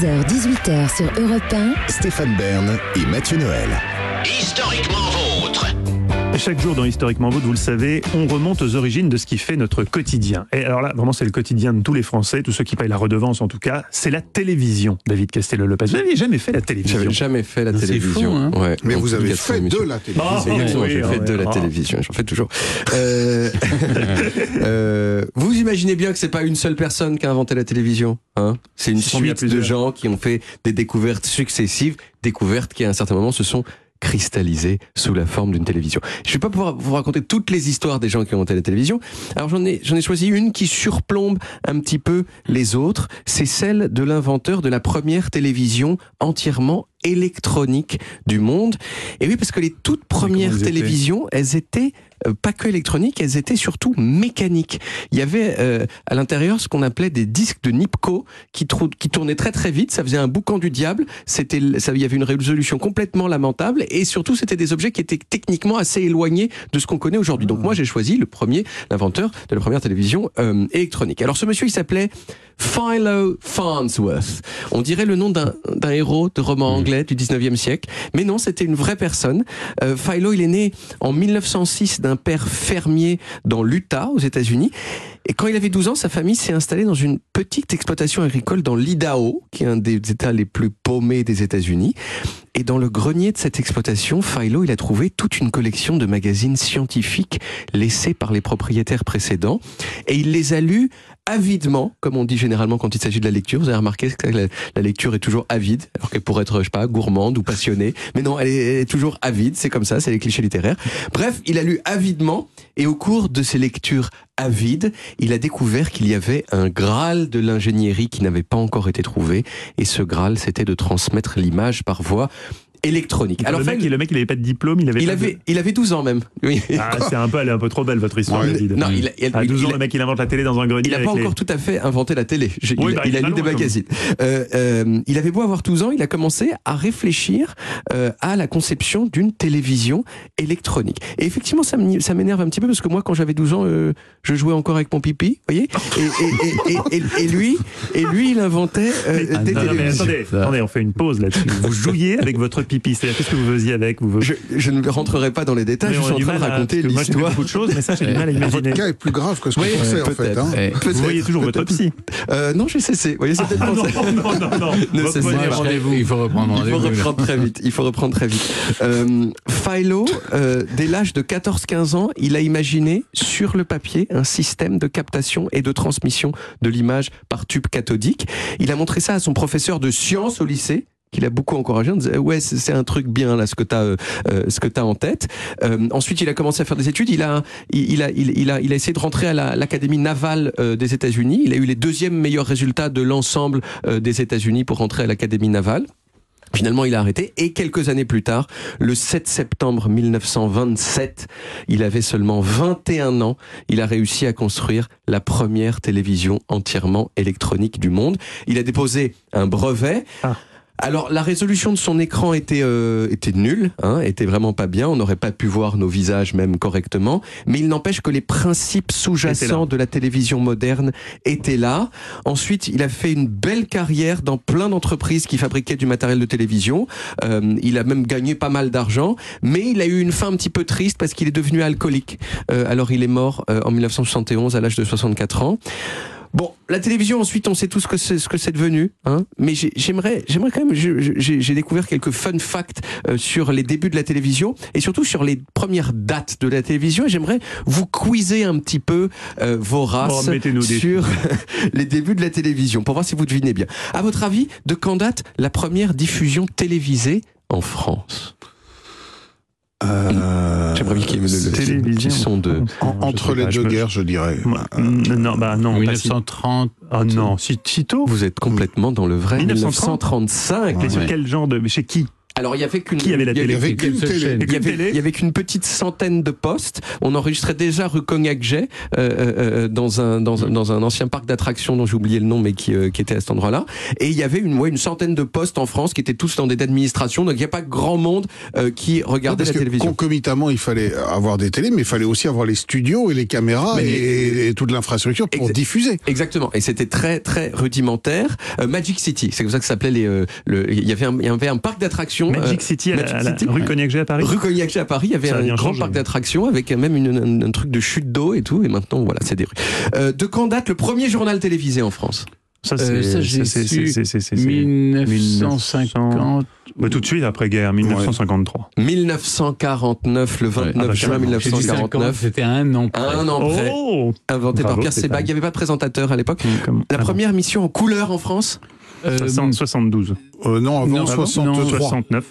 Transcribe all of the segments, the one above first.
16h-18h sur Europe 1. Stéphane Bern et Mathieu Noël. Historiquement vôtre. Chaque jour dans Historiquement Vôtre, vous le savez, on remonte aux origines de ce qui fait notre quotidien. Et alors là, vraiment, c'est le quotidien de tous les Français, tous ceux qui payent la redevance en tout cas, c'est la télévision, David Castello-Lopez. Vous n'avez jamais fait la télévision? J'avais jamais fait la télévision. Fou, hein. Ouais. Mais Donc, vous avez quatrième fait émission. de la télévision. Exactement, j'ai fait de la télévision, j'en fais toujours. Vous imaginez bien que c'est pas une seule personne qui a inventé la télévision, hein? C'est une suite de gens qui ont fait des découvertes successives, découvertes qui à un certain moment se sont cristallisées sous la forme d'une télévision. Je vais pas pouvoir vous raconter toutes les histoires des gens qui ont inventé la télévision. Alors j'en ai choisi une qui surplombe un petit peu les autres. C'est celle de l'inventeur de la première télévision entièrement électronique du monde. Et oui, parce que les toutes premières télévisions, elles étaient pas que électroniques, elles étaient surtout mécaniques. Il y avait à l'intérieur ce qu'on appelait des disques de Nipkow qui tournaient très très vite. Ça faisait un boucan du diable. Il y avait une résolution complètement lamentable et surtout c'était des objets qui étaient techniquement assez éloignés de ce qu'on connaît aujourd'hui. Donc moi j'ai choisi l'inventeur de la première télévision électronique. Alors ce monsieur il s'appelait Philo Farnsworth. On dirait le nom d'un héros de roman anglais du 19e siècle. Mais non, c'était une vraie personne. Philo, il est né en 1906 d'un père fermier dans l'Utah, aux États-Unis. Et quand il avait 12 ans, sa famille s'est installée dans une petite exploitation agricole dans l'Idaho, qui est un des États les plus paumés des États-Unis. Et dans le grenier de cette exploitation, Philo, il a trouvé toute une collection de magazines scientifiques laissés par les propriétaires précédents. Et il les a lus avidement, comme on dit généralement quand il s'agit de la lecture. Vous avez remarqué que la lecture est toujours avide, alors qu'elle pourrait être, je sais pas, gourmande ou passionnée. Mais non, elle est toujours avide, c'est comme ça, c'est les clichés littéraires. Bref, il a lu avidement, et au cours de ses lectures avides, il a découvert qu'il y avait un Graal de l'ingénierie qui n'avait pas encore été trouvé, et ce Graal, c'était de transmettre l'image par voie électronique. Alors le mec, il avait pas de diplôme, il avait 12 ans même. Oui. Ah, elle est un peu trop belle votre histoire, David. Non, à 12 ans, le mec il invente la télé dans un grenier. Il n'a pas encore tout à fait inventé la télé. Il a lu des magazines. Il avait beau avoir 12 ans, il a commencé à réfléchir à la conception d'une télévision électronique. Et effectivement, ça m'énerve un petit peu parce que moi, quand j'avais 12 ans, je jouais encore avec mon pipi, voyez. Et lui, il inventait des télévisions. Attendez, on fait une pause là-dessus. Vous jouiez avec votre pipi, c'est-à-dire qu'est-ce que vous faisiez avec je ne rentrerai pas dans les détails, je suis en train de raconter l'histoire. Moi, beaucoup de choses, mais ça, j'ai du mal à imaginer. Votre cas est plus grave que ce qu'on pensait, en fait. Hein. Vous voyez toujours votre psy? Non, j'ai cessé. Vous voyez, c'est peut-être pour ça. Non. Il faut reprendre très vite. Philo, dès l'âge de 14-15 ans, il a imaginé sur le papier un système de captation et de transmission de l'image par tube cathodique. Il a montré ça à son professeur de sciences au lycée, qu'il a beaucoup encouragé, en disant ouais, c'est un truc bien là ce que t'as en tête. Ensuite il a commencé à faire des études, il a essayé de rentrer à l'académie navale des États-Unis. Il a eu les deuxièmes meilleurs résultats de l'ensemble des États-Unis pour rentrer à l'académie navale. Finalement, il a arrêté et quelques années plus tard, le 7 septembre 1927, il avait seulement 21 ans, il a réussi à construire la première télévision entièrement électronique du monde. Il a déposé un brevet. Alors, la résolution de son écran était nulle, était vraiment pas bien. On n'aurait pas pu voir nos visages même correctement. Mais il n'empêche que les principes sous-jacents de la télévision moderne étaient là. Ensuite, il a fait une belle carrière dans plein d'entreprises qui fabriquaient du matériel de télévision. Il a même gagné pas mal d'argent. Mais il a eu une fin un petit peu triste parce qu'il est devenu alcoolique. Alors, il est mort en 1971 à l'âge de 64 ans. Bon, la télévision, ensuite, on sait tous ce que c'est devenu, mais j'aimerais quand même, j'ai découvert quelques fun facts sur les débuts de la télévision et surtout sur les premières dates de la télévision. Et j'aimerais vous quizer un petit peu vos races sur les débuts de la télévision pour voir si vous devinez bien. À votre avis, de quand date la première diffusion télévisée en France? J'aimerais bien qu'il y ait le petit son de... Entre les deux guerres, je dirais. Non, 1930. Ah non, si tôt. Vous êtes complètement dans le vrai. 1935. Mais sur quel genre de... Mais chez qui? Alors, il y avait qu'une... Qui avait la télé? Il y avait qu'une petite centaine de postes. On enregistrait déjà rue Cognac-Jet, dans un ancien parc d'attractions dont j'ai oublié le nom, mais qui était à cet endroit-là. Et il y avait une centaine de postes en France qui étaient tous dans des administrations. Donc, il n'y a pas grand monde qui regardait la télévision. Concomitamment, il fallait avoir des télés, mais il fallait aussi avoir les studios et les caméras et toute l'infrastructure pour diffuser. Exactement. Et c'était très, très rudimentaire. Magic City, c'est comme ça que ça s'appelait il y avait un parc d'attractions. Magic City, rue Cognac-Jet à Paris. Rue Cognac-Jet à Paris, il y avait un grand parc d'attractions avec même un truc de chute d'eau et tout. Et maintenant, voilà, c'est des rues. De quand date le premier journal télévisé en France? Ça, j'ai su 1950. Tout de suite après-guerre, 1953. 1949, le 29 juin 1949. C'était un an près. Un an près. Inventé par Pierre Sebag. Il n'y avait pas de présentateur à l'époque. La première émission en couleur en France? 72. Non, avant 69.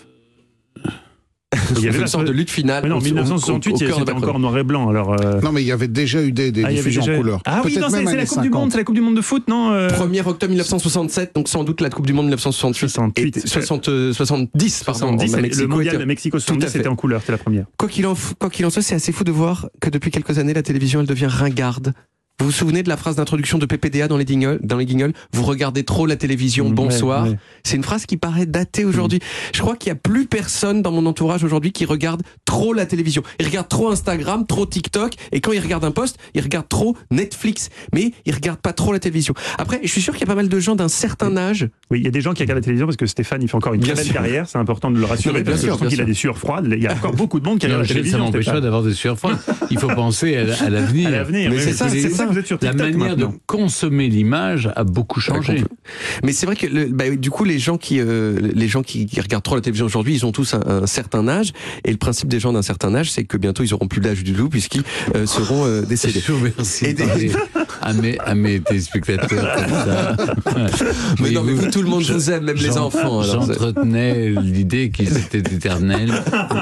Il y avait une sorte de lutte finale. Mais non, 1968, c'était encore noir et blanc. Alors non, mais il y avait déjà eu des diffusions en couleur. Ah oui, non, c'est la Coupe du Monde, c'est la Coupe du Monde de foot, non 1er octobre 1967, donc sans doute la Coupe du Monde 1968. 70, pardon. Le mondial Mexico-70, c'était en couleur, c'était la première. Quoi qu'il en soit, c'est assez fou de voir que depuis quelques années, la télévision, elle devient ringarde. Vous vous souvenez de la phrase d'introduction de PPDA dans les Guignols? Vous regardez trop la télévision, bonsoir. Ouais. C'est une phrase qui paraît datée aujourd'hui. Je crois qu'il n'y a plus personne dans mon entourage aujourd'hui qui regarde trop la télévision. Il regarde trop Instagram, trop TikTok, et quand il regarde un post, il regarde trop Netflix. Mais il regarde pas trop la télévision. Après, je suis sûr qu'il y a pas mal de gens d'un certain âge. Oui, il y a des gens qui regardent la télévision parce que Stéphane, il fait encore une très belle carrière. C'est important de le rassurer. Parce que je trouve qu'il a des sueurs froides. Il y a encore beaucoup de monde qui regarde la télévision. Ça m'empêche pas d'avoir des sueurs froides. Il faut penser à l'avenir. À l'avenir. Mais c'est ça, vous êtes sur TikTok. La manière de consommer l'image a beaucoup changé. Mais c'est vrai que du coup les gens qui regardent trop la télévision aujourd'hui, ils ont tous un certain âge, et le principe des gens d'un certain âge, c'est que bientôt ils auront plus d'âge du tout puisqu'ils seront décédés. Je vous remercie à mes téléspectateurs comme ça. Mais non, mais vous, tout le monde vous aime, même les enfants. J'entretenais l'idée qu'ils étaient éternels.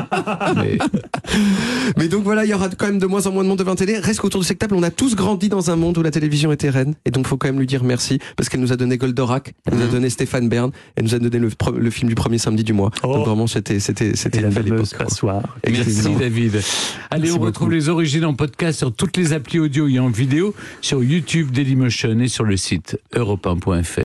Mais donc voilà, il y aura quand même de moins en moins de monde devant la télé. Reste qu'autour de cette table, on a tous grandi dans un monde où la télévision était reine, et donc faut quand même lui dire merci, parce qu'elle nous a donné Goldorak, elle nous a donné Stéphane Bern, elle nous a donné le film du premier samedi du mois. Donc vraiment c'était la belle époque. Merci David. Allez, on retrouve les origines en podcast sur toutes les applis audio et en vidéo, sur YouTube, Dailymotion et sur le site europe1.fr.